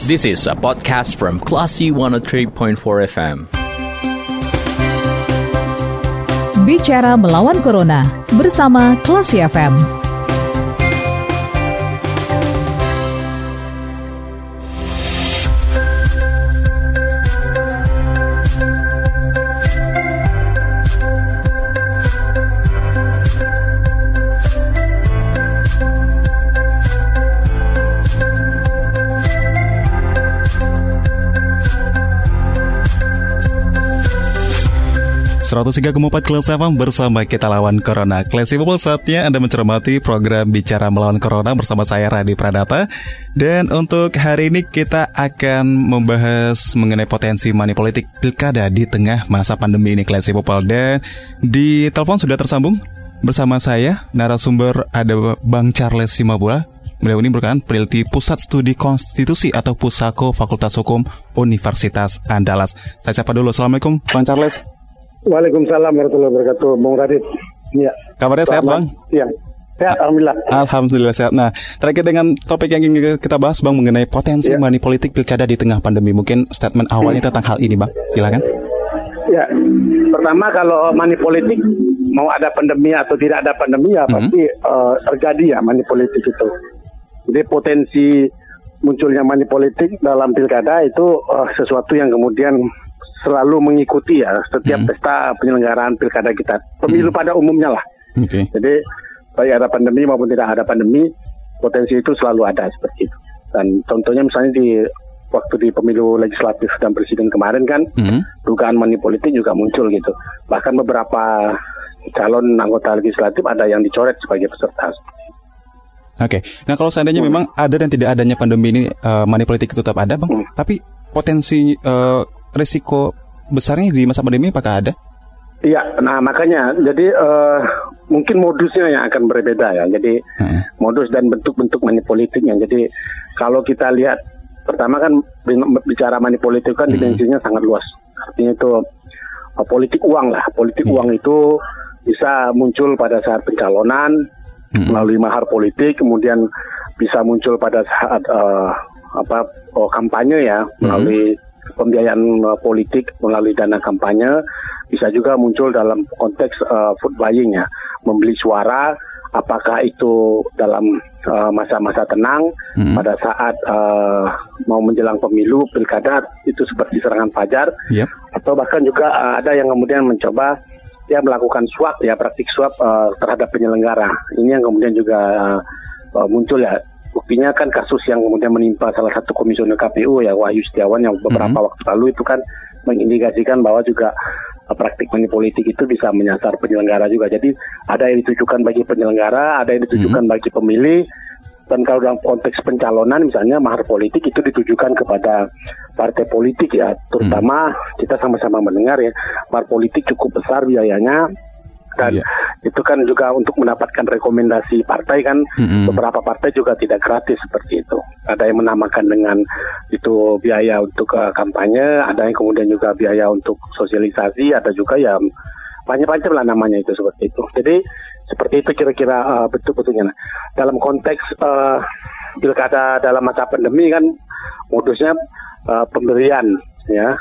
This is a podcast from Classy 103.4 FM. Bicara melawan Corona bersama Classy FM. Kelas FM bersama kita lawan Corona. Classy People, saatnya Anda mencermati program Bicara Melawan Corona bersama saya Radi Pradata. Dan untuk hari ini kita akan membahas mengenai potensi money politik pilkada di tengah masa pandemi ini, Classy People. Dan di telepon sudah tersambung bersama saya narasumber ada Bang Charles Simabua. Beliau ini merupakan peneliti Pusat Studi Konstitusi atau Pusako Fakultas Hukum Universitas Andalas. Saya sapa dulu. Assalamualaikum Bang Charles. Waalaikumsalam warahmatullahi wabarakatuh, Bung Radit. Ya. Kabarnya sehat, Bang? Iya. Sehat, alhamdulillah. Alhamdulillah sehat. Nah, terkait dengan topik yang ingin kita bahas, Bang, mengenai potensi money politik pilkada di tengah pandemi. Mungkin statement awalnya tentang hal ini, Bang. Silakan. Ya. Pertama, kalau money politik mau ada pandemi atau tidak ada pandemi ya pasti terjadi ya money politik itu. Jadi potensi munculnya money politik dalam pilkada itu sesuatu yang kemudian selalu mengikuti ya setiap pesta penyelenggaraan pilkada kita, pemilu pada umumnya lah. Okay. Jadi baik ada pandemi maupun tidak ada pandemi, potensi itu selalu ada seperti itu. Dan contohnya misalnya waktu di pemilu legislatif dan presiden kemarin kan, dugaan money politik juga muncul gitu. Bahkan beberapa calon anggota legislatif ada yang dicoret sebagai peserta. Oke. Nah kalau seandainya memang ada dan tidak adanya pandemi ini, money politik itu tetap ada, Bang. Tapi potensi risiko besarnya di masa pandemi apakah ada? Iya, nah makanya jadi mungkin modusnya yang akan berbeda ya. Jadi modus dan bentuk-bentuk money politiknya. Jadi kalau kita lihat pertama kan bicara money politik kan dimensinya sangat luas. Artinya itu politik uang lah. Politik uang itu bisa muncul pada saat pencalonan melalui mahar politik, kemudian bisa muncul pada saat kampanye ya melalui pembiayaan politik melalui dana kampanye, bisa juga muncul dalam konteks vote buying ya, membeli suara, apakah itu dalam masa-masa tenang pada saat mau menjelang pemilu pilkada itu seperti serangan fajar, atau bahkan juga ada yang kemudian mencoba ya melakukan swap ya, praktik swap terhadap penyelenggara. Ini yang kemudian juga muncul ya. Buktinya kan kasus yang kemudian menimpa salah satu komisioner KPU ya, Wahyu Setiawan, yang beberapa waktu lalu itu kan mengindikasikan bahwa juga praktik money politik itu bisa menyasar penyelenggara juga. Jadi ada yang ditujukan bagi penyelenggara, ada yang ditujukan bagi pemilih. Dan kalau dalam konteks pencalonan misalnya mahar politik itu ditujukan kepada partai politik ya, terutama kita sama-sama mendengar ya, mahar politik cukup besar biayanya. Dan itu kan juga untuk mendapatkan rekomendasi partai kan, beberapa partai juga tidak gratis seperti itu. Ada yang menamakan dengan itu biaya untuk kampanye, ada yang kemudian juga biaya untuk sosialisasi, ada juga ya macam-macam lah namanya itu seperti itu. Jadi seperti itu kira-kira bentuk-bentuknya. Dalam konteks pilkada dalam masa pandemi kan modusnya pemberian ya,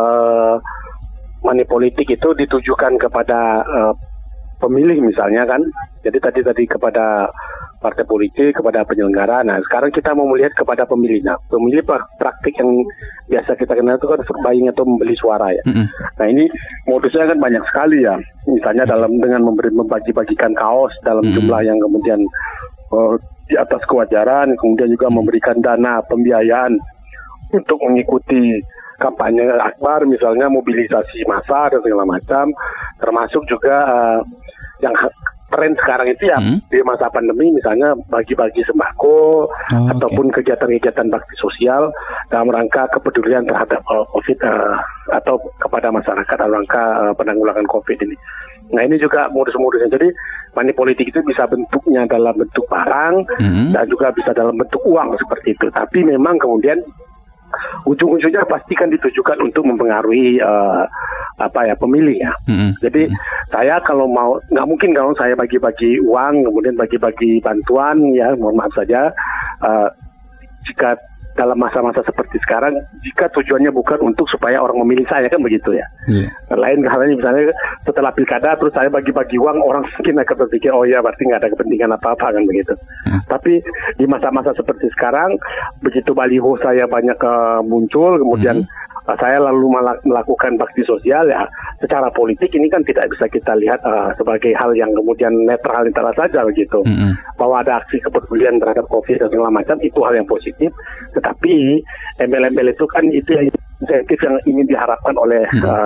money politik itu ditujukan kepada pemilih misalnya kan, jadi tadi kepada partai politik, kepada penyelenggara. Nah sekarang kita mau melihat kepada pemilih. Nah pemilih praktik yang biasa kita kenal itu kan buying atau membeli suara ya. Nah ini modusnya kan banyak sekali ya. Misalnya dengan membagi-bagikan kaos dalam jumlah yang kemudian di atas kewajaran, kemudian juga memberikan dana pembiayaan untuk mengikuti kampanye akbar, misalnya mobilisasi massa dan segala macam, termasuk juga yang tren sekarang itu ya di masa pandemi misalnya bagi-bagi sembako ataupun kegiatan-kegiatan bakti sosial dalam rangka kepedulian terhadap COVID atau kepada masyarakat dalam rangka penanggulangan COVID ini. Nah ini juga modus-modusnya. Jadi money politik itu bisa bentuknya dalam bentuk barang dan juga bisa dalam bentuk uang seperti itu. Tapi memang kemudian ujung-ujungnya pasti kan ditujukan untuk mempengaruhi pemilih ya. Jadi saya kalau mau, nggak mungkin kalau saya bagi-bagi uang kemudian bagi-bagi bantuan ya, mohon maaf saja jika dalam masa-masa seperti sekarang, jika tujuannya bukan untuk supaya orang memilih saya, kan begitu ya. Lain halnya misalnya setelah pilkada terus saya bagi-bagi uang, orang mungkin akan berpikir oh ya berarti nggak ada kepentingan apa-apa kan begitu. Tapi di masa-masa seperti sekarang, begitu baliho saya banyak muncul, kemudian saya lalu melakukan bakti sosial, ya secara politik ini kan tidak bisa kita lihat sebagai hal yang kemudian netral saja begitu. Bahwa ada aksi kepedulian terhadap COVID dan segala macam, itu hal yang positif. Tetapi embel-embel itu kan itu yang insentif yang ingin diharapkan oleh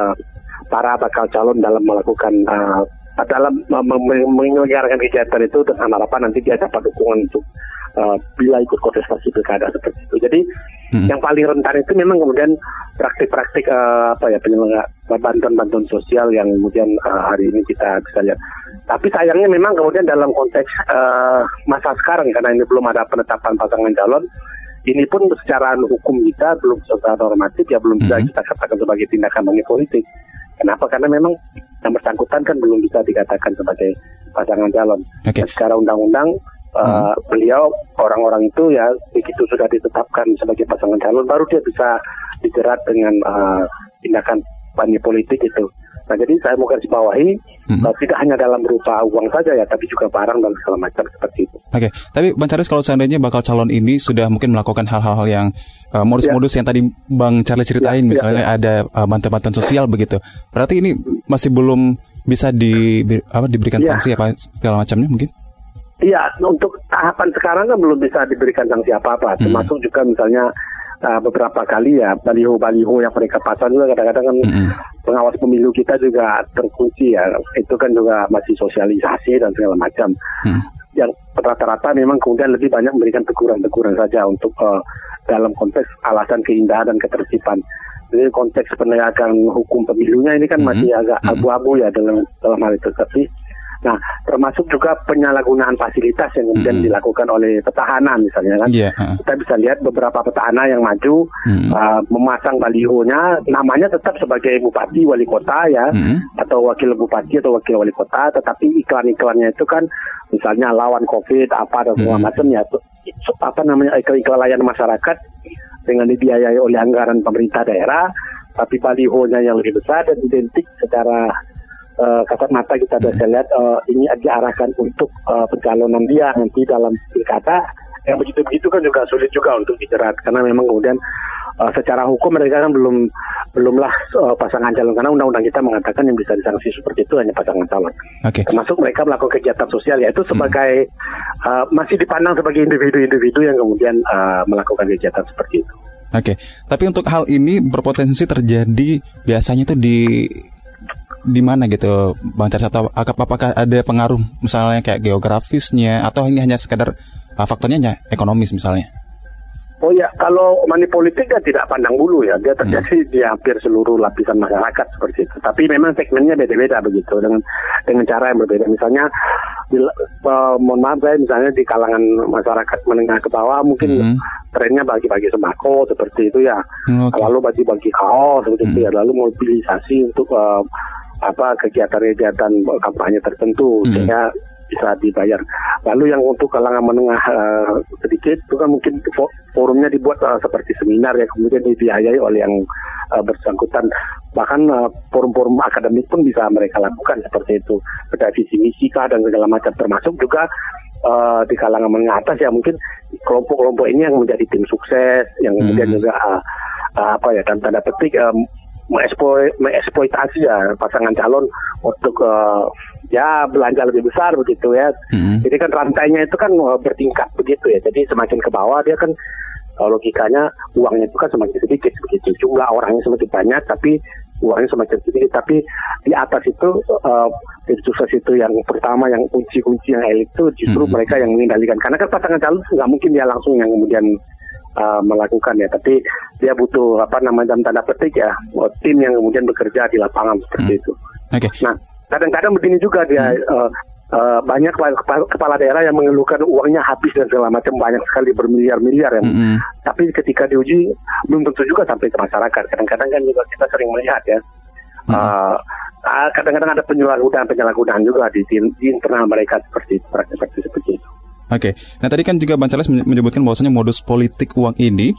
para bakal calon dalam melakukan dalam menyelenggarakan kegiatan itu dengan harapan nanti dia dapat dukungan untuk bila ikut kontestasi pilkada seperti itu. Jadi yang paling rentan itu memang kemudian praktik-praktik penyelenggara bantuan-bantuan sosial yang kemudian hari ini kita bisa lihat. Tapi sayangnya memang kemudian dalam konteks masa sekarang, karena ini belum ada penetapan pasangan calon, ini pun secara hukum kita belum secara normatif ya belum bisa kita katakan sebagai tindakan money politik. Kenapa? Karena memang yang bersangkutan kan belum bisa dikatakan sebagai pasangan calon. Dan secara undang-undang beliau orang-orang itu ya begitu sudah ditetapkan sebagai pasangan calon baru dia bisa dijerat dengan tindakan money politik itu. Nah, jadi saya mau garis bawahi tidak hanya dalam berupa uang saja ya, tapi juga barang dan segala macam seperti itu. Oke, tapi Bang Charles, kalau seandainya bakal calon ini sudah mungkin melakukan hal-hal yang modus-modus yang tadi Bang Charles ceritain, misalnya ada bantuan-bantuan sosial begitu, berarti ini masih belum bisa diberikan sanksi apa segala macamnya mungkin? Iya, untuk tahapan sekarang kan belum bisa diberikan sanksi apa-apa, termasuk juga misalnya beberapa kali ya baliho-baliho yang mereka pasang juga kadang-kadang kan pengawas pemilu kita juga terkunci ya, itu kan juga masih sosialisasi dan segala macam. Yang rata-rata memang kemudian lebih banyak memberikan teguran-teguran saja untuk dalam konteks alasan keindahan dan ketertiban. Jadi konteks penegakan hukum pemilunya ini kan masih agak abu-abu ya dalam hal itu. Tapi nah, termasuk juga penyalahgunaan fasilitas yang kemudian dilakukan oleh petahana misalnya kan. Kita bisa lihat beberapa petahana yang maju memasang balihonya, namanya tetap sebagai bupati, wali kota ya, atau wakil bupati atau wakil wali kota, tetapi iklan-iklannya itu kan misalnya lawan COVID apa dan segala macam ya, iklan layanan masyarakat dengan dibiayai oleh anggaran pemerintah daerah, tapi balihonya yang lebih besar dan identik secara kasat mata kita bisa lihat ini diarahkan untuk pencalonan dia nanti dalam pilkada. Yang begitu-begitu kan juga sulit juga untuk dijerat karena memang kemudian secara hukum mereka kan belumlah pasangan calon, karena undang-undang kita mengatakan yang bisa disanksi seperti itu hanya pasangan calon. Termasuk mereka melakukan kegiatan sosial yaitu sebagai masih dipandang sebagai individu-individu yang kemudian melakukan kegiatan seperti itu. Tapi untuk hal ini berpotensi terjadi biasanya itu di mana gitu Bang Charles, atau apakah ada pengaruh misalnya kayak geografisnya atau ini hanya sekedar faktornya hanya ekonomis misalnya? Oh ya, kalau money politik kan tidak pandang bulu ya, dia terjadi di hampir seluruh lapisan masyarakat seperti itu. Tapi memang segmennya beda-beda begitu dengan cara yang berbeda. Misalnya, mohon maaf saya misalnya di kalangan masyarakat menengah ke bawah mungkin trennya bagi-bagi sembako seperti itu ya, lalu bagi-bagi kaos seperti itu ya, lalu mobilisasi untuk kegiatan-kegiatan kampanye tertentu sehingga bisa dibayar. Lalu yang untuk kalangan menengah sedikit itu kan mungkin forumnya dibuat seperti seminar yang kemudian dibiayai oleh yang bersangkutan. Bahkan forum-forum akademik pun bisa mereka lakukan seperti itu. Ada visi misi dan segala macam, termasuk juga di kalangan menengah atas ya mungkin kelompok-kelompok ini yang menjadi tim sukses yang kemudian juga dalam tanda petik mengeksploitasi ya pasangan calon untuk belanja lebih besar begitu ya. Jadi kan rantainya itu kan bertingkat begitu ya. Jadi semakin ke bawah dia kan logikanya uangnya itu kan semakin sedikit begitu. Jumlah orangnya semakin banyak tapi uangnya semakin sedikit. Tapi di atas itu tim sukses itu yang pertama yang kunci-kunci yang elit itu justru mereka yang mengendalikan. Karena kan pasangan calon nggak mungkin dia langsung yang kemudian melakukan ya, tapi dia butuh dalam tanda petik ya tim yang kemudian bekerja di lapangan seperti itu. Nah, kadang-kadang begini juga dia banyak kepala daerah yang mengeluhkan uangnya habis dan segala macam, banyak sekali bermiliar-miliar yang tapi ketika diuji belum tentu juga sampai ke masyarakat. Kadang-kadang kan juga kita sering melihat ya kadang-kadang ada penyalahgunaan juga di internal mereka seperti itu. Nah tadi kan juga Bang Charles menyebutkan bahwasanya modus politik uang ini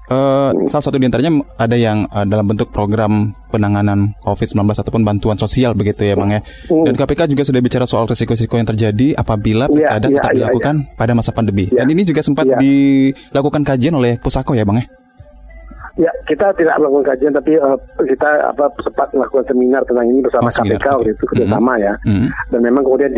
Salah satu diantaranya ada yang dalam bentuk program penanganan COVID-19 ataupun bantuan sosial begitu ya Bang ya. Dan KPK juga sudah bicara soal risiko-risiko yang terjadi apabila pilkada tetap dilakukan pada masa pandemi. Dan ini juga sempat dilakukan kajian oleh Pusako ya Bang ya. Ya, kita tidak melakukan kajian, tapi kita sempat melakukan seminar tentang ini bersama KPK waktu itu kerjasama ya. Dan memang kemudian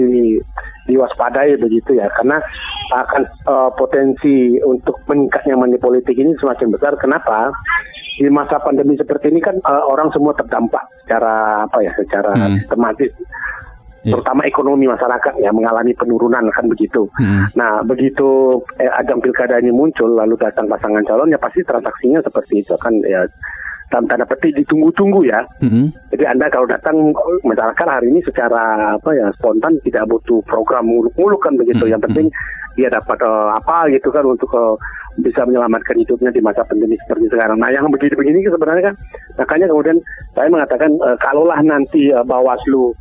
diwaspadai begitu ya, karena akan potensi untuk meningkatnya money politik ini semakin besar. Kenapa? Di masa pandemi seperti ini kan orang semua terdampak secara sistematis. Terutama ekonomi masyarakat ya mengalami penurunan kan begitu. Nah begitu ajang pilkada ini muncul lalu datang pasangan calon ya pasti transaksinya seperti itu kan ya dalam tanda petik ditunggu-tunggu ya. Jadi Anda kalau datang masyarakat hari ini secara spontan tidak butuh program muluk-muluk kan begitu. Yang penting dia dapat gitu kan untuk bisa menyelamatkan hidupnya di masa pandemi seperti sekarang. Nah yang begini-begini sebenarnya kan makanya kemudian saya mengatakan kalaulah nanti Bawaslu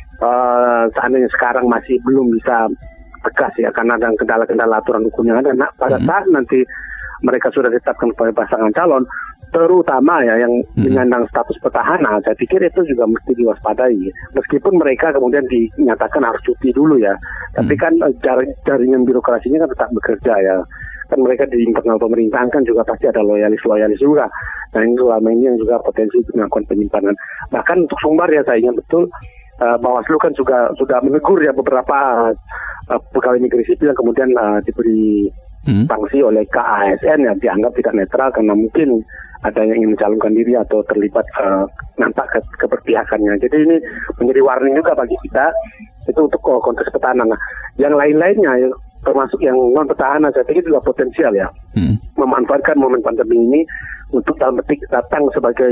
seandainya sekarang masih belum bisa tegas ya karena ada kendala-kendala aturan hukum yang ada. Nah, pada saat nanti mereka sudah ditetapkan sebagai pasangan calon, terutama ya yang menyandang status petahana, saya pikir itu juga mesti diwaspadai. Meskipun mereka kemudian dinyatakan harus cuti dulu ya, tapi kan jaringan birokrasinya kan tetap bekerja ya. Kan mereka di internal pemerintahan kan juga pasti ada loyalis juga. Nah ini selama ini yang juga potensi melakukan penyimpanan. Bahkan untuk Sumbar ya saya ingat betul. Bawaslu kan juga sudah menegur ya beberapa pegawai negeri sipil yang kemudian diberi sanksi oleh KASN yang dianggap tidak netral karena mungkin ada yang ingin mencalonkan diri atau terlibat nampak keberpihakannya. Jadi ini menjadi warning juga bagi kita itu untuk konteks petahana. Nah, yang lain-lainnya termasuk yang non petahana saya pikir juga potensial ya memanfaatkan momen pandemi ini untuk dalam petik datang sebagai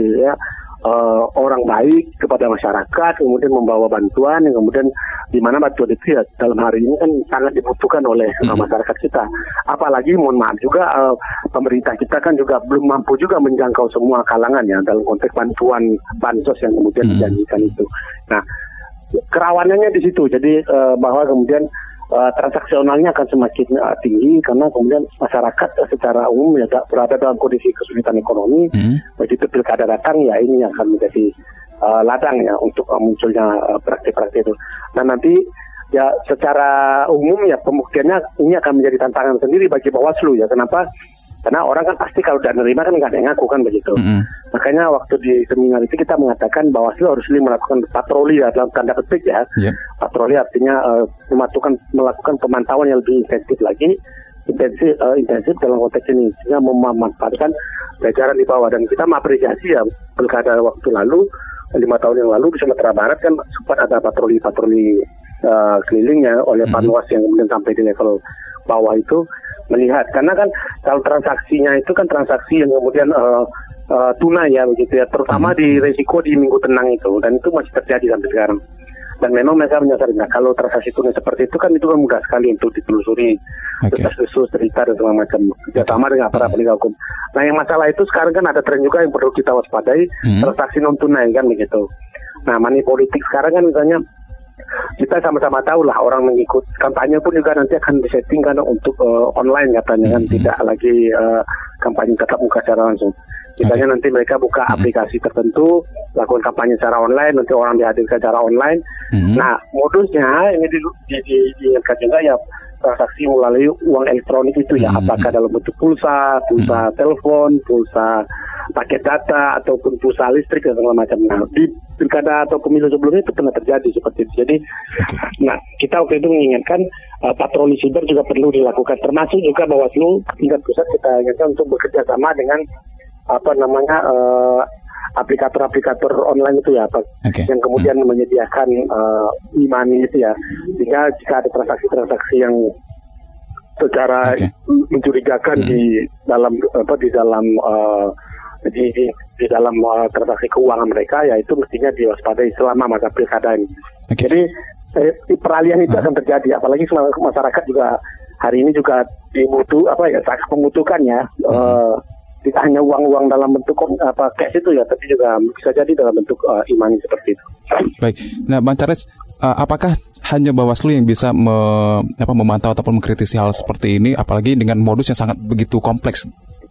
orang baik kepada masyarakat, kemudian membawa bantuan yang kemudian di mana bantuan itu ya dalam hari ini kan sangat dibutuhkan oleh masyarakat kita. Apalagi mohon maaf juga pemerintah kita kan juga belum mampu juga menjangkau semua kalangan ya dalam konteks bantuan bansos yang kemudian dijanjikan itu. Nah, kerawanannya di situ. Jadi bahwa kemudian transaksionalnya akan semakin tinggi karena kemudian masyarakat secara umum ya berada dalam kondisi kesulitan ekonomi. Begitu pilkada datang ya ini akan menjadi ladang ya untuk munculnya praktik-praktik itu. Dan nanti ya secara umum ya pembuktiannya ini akan menjadi tantangan sendiri bagi Bawaslu ya. Kenapa? Karena orang kan pasti kalau udah nerima kan nggak ada yang ngaku kan begitu. Makanya waktu di seminar itu kita mengatakan Bawaslu harus melakukan patroli ya dalam tanda petik ya. Patroli artinya melakukan pemantauan yang lebih intensif lagi, intensif dalam konteks ini, sehingga memanfaatkan jajaran di bawah. Dan kita mengapresiasi ya pilkada waktu lalu 5 tahun yang lalu di Sumatera Barat kan sempat ada patroli keliling ya oleh Panwas yang kemudian sampai di level bawah itu melihat karena kan kalau transaksinya itu kan transaksi yang kemudian tunai ya begitu ya, terutama di resiko di minggu tenang itu, dan itu masih terjadi sampai sekarang. Dan memang mereka menyadari, nah kalau transaksi tunai seperti itu kan mudah sekali untuk ditelusuri, kasus cerita dan segala macam, kerjasama dengan aparat penegak hukum. Nah yang masalah itu sekarang kan ada tren juga yang perlu kita waspadai, transaksi non tunai kan begitu. Nah money politik sekarang kan misalnya kita sama-sama tahu lah orang mengikut kampanye pun juga nanti akan disetting kan untuk online katanya kan, tidak lagi kampanye tatap muka secara langsung. Misalnya nanti mereka buka aplikasi tertentu, lakukan kampanye secara online, nanti orang dihadirkan secara online. Nah modusnya ini diingatkan juga ya transaksi melalui uang elektronik itu ya, apakah dalam bentuk pulsa telepon, pulsa paket data ataupun pulsa listrik dan segala macam. Nah di pilkada atau pemilu sebelumnya itu pernah terjadi seperti itu. Jadi, nah kita waktu itu mengingatkan patroli siber juga perlu dilakukan, termasuk juga Bawaslu tingkat pusat kita ingatkan untuk bekerja sama dengan aplikator online itu ya, yang kemudian menyediakan e-money itu ya, sehingga jika ada transaksi-transaksi yang secara mencurigakan di dalam transaksi keuangan mereka ya itu mestinya diwaspadai selama masa pilkada ini. Jadi peralihan itu akan terjadi, apalagi masyarakat juga hari ini juga sangat membutuhkan ya. Tidak hanya uang-uang dalam bentuk cash itu ya, tapi juga bisa jadi dalam bentuk e-money seperti itu. Baik. Nah, Bang Charles, apakah hanya Bawaslu yang bisa memantau ataupun mengkritisi hal seperti ini, apalagi dengan modus yang sangat begitu kompleks?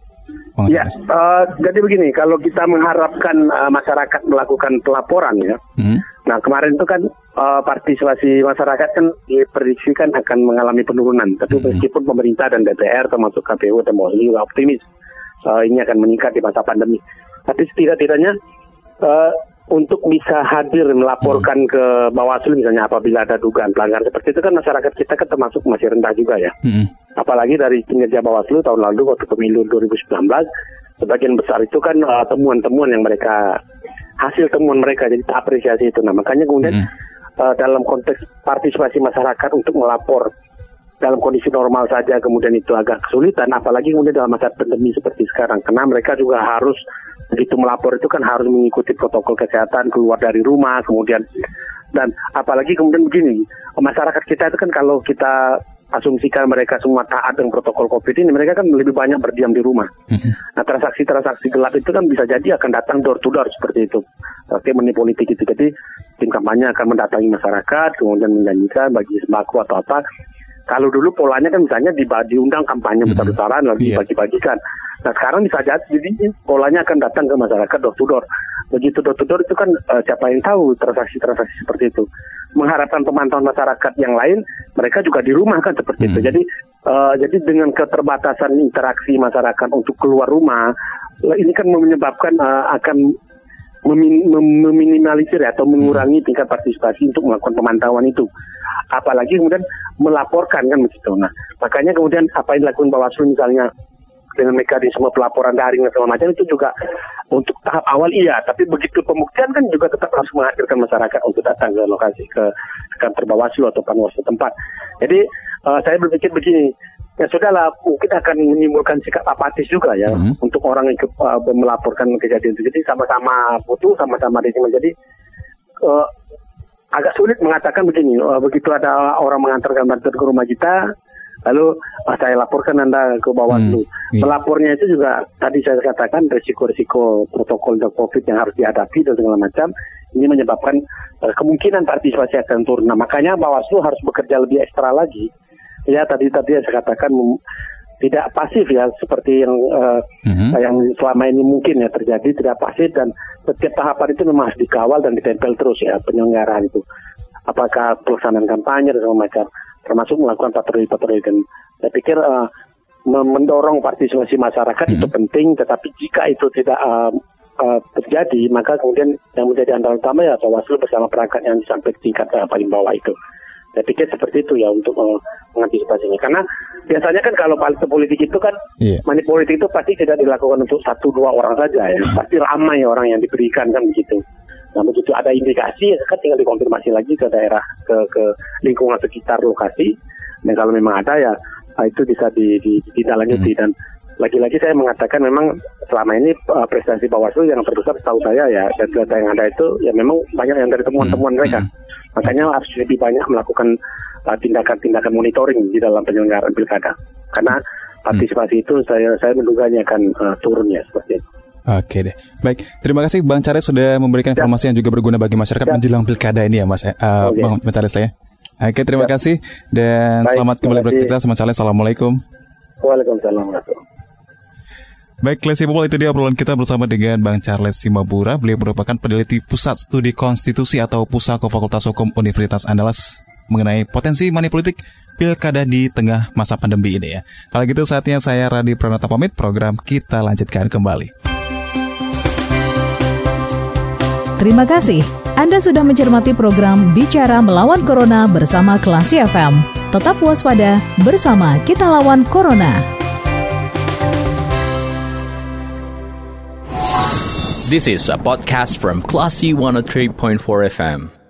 Ya, jadi begini, kalau kita mengharapkan masyarakat melakukan pelaporan ya, nah kemarin itu kan partisipasi masyarakat kan diprediksikan akan mengalami penurunan, tapi meskipun pemerintah dan DPR termasuk KPU dan Bawaslu juga optimis ini akan meningkat di masa pandemi, tapi setidak-tidaknya untuk bisa hadir melaporkan ke Bawaslu misalnya apabila ada dugaan pelanggaran seperti itu kan masyarakat kita kan termasuk masih rendah juga ya. Apalagi dari kinerja Bawaslu tahun lalu waktu pemilu 2019 sebagian besar itu kan temuan-temuan yang mereka hasil temuan mereka, jadi kita apresiasi itu. Nah makanya kemudian dalam konteks partisipasi masyarakat untuk melapor dalam kondisi normal saja kemudian itu agak kesulitan, apalagi kemudian dalam masa pandemi seperti sekarang, karena mereka juga harus begitu melapor itu kan harus mengikuti protokol kesehatan, keluar dari rumah, kemudian dan apalagi kemudian begini, masyarakat kita itu kan kalau kita asumsikan mereka semua taat dengan protokol COVID ini, mereka kan lebih banyak berdiam di rumah. Nah transaksi-transaksi gelap itu kan bisa jadi akan datang door to door seperti itu, seperti money politik itu. Jadi tim kampanye akan mendatangi masyarakat, kemudian menjanjikan bagi sembako atau apa. Kalau dulu polanya kan misalnya diundang kampanye besar-besaran lalu dibagi-bagikan. Nah sekarang bisa jadi polanya akan datang ke masyarakat door to door. Begitu door to door itu kan siapa yang tahu transaksi-transaksi seperti itu. Mengharapkan pemantauan masyarakat yang lain, mereka juga di rumah kan seperti itu. Jadi dengan keterbatasan interaksi masyarakat untuk keluar rumah, ini kan menyebabkan akan meminimalisir atau mengurangi tingkat partisipasi untuk melakukan pemantauan itu. Apalagi kemudian melaporkan kan begitu. Nah, makanya kemudian apa yang dilakukan Bawaslu misalnya dengan mekanisme pelaporan daring dan segala macam itu juga untuk tahap awal iya, tapi begitu pembuktian kan juga tetap harus menghadirkan masyarakat untuk datang ke lokasi, ke kantor Bawaslu atau Panwaslu tempat. Jadi saya berpikir begini, ya sudahlah, mungkin akan menimbulkan sikap apatis juga ya untuk orang yang melaporkan kejadian itu. Jadi sama-sama butuh, sama-sama disimak. Jadi agak sulit mengatakan begini, begitu ada orang mengantarkan bantuan ke rumah kita, lalu saya laporkan Anda ke Bawaslu. Melapornya itu juga tadi saya katakan risiko-risiko protokol COVID yang harus dihadapi dan segala macam. Ini menyebabkan kemungkinan partisipasi akan turun. Nah, makanya Bawaslu harus bekerja lebih ekstra lagi. Ya tadi saya katakan tidak pasif ya seperti yang selama ini mungkin ya terjadi, tidak pasif, dan setiap tahapan itu memang harus dikawal dan ditempel terus ya penyelenggaraan itu. Apakah pelaksanaan kampanye dan segala macam, termasuk melakukan patroli-patroli. Dan saya pikir mendorong partisipasi masyarakat itu penting, tetapi jika itu tidak terjadi, maka kemudian yang menjadi andalan utama ya Bawaslu bersama perangkat yang sampai tingkat paling bawah itu. Saya pikir seperti itu ya untuk mengantisipasinya. Karena biasanya kan kalau partai politik itu kan money politik itu pasti tidak dilakukan untuk 1-2 orang saja ya. Pasti ramai orang yang diberikan kan begitu. Nah begitu ada indikasi kan tinggal dikonfirmasi lagi ke daerah, ke lingkungan sekitar lokasi. Dan kalau memang ada ya itu bisa ditindaklanjuti. Dan lagi-lagi saya mengatakan memang selama ini prestasi Bawaslu yang terbesar setahu saya ya, dan data yang ada itu ya memang banyak yang dari temuan-temuan mereka. Makanya harus lebih banyak melakukan tindakan-tindakan monitoring di dalam penyelenggaraan pilkada. Karena partisipasi itu saya menduganya akan turun ya seperti itu. Oke deh, baik. Terima kasih Bang Charles sudah memberikan informasi yang juga berguna bagi masyarakat menjelang pilkada ini ya Mas. Bang Charles ya. Oke, terima kasih dan selamat kembali beraktivitas Mas Charles. Assalamualaikum. Waalaikumsalam. Baik, Classy People, itu dia obrolan kita bersama dengan Bang Charles Simabura. Beliau merupakan peneliti Pusat Studi Konstitusi atau Pusako Fakultas Hukum Universitas Andalas mengenai potensi money politik pilkada di tengah masa pandemi ini ya. Kalau gitu saatnya saya Radi Pranata pamit, program kita lanjutkan kembali. Terima kasih. Anda sudah mencermati program Bicara Melawan Corona bersama Classy FM. Tetap waspada, bersama kita lawan Corona. This is a podcast from Classy 103.4 FM.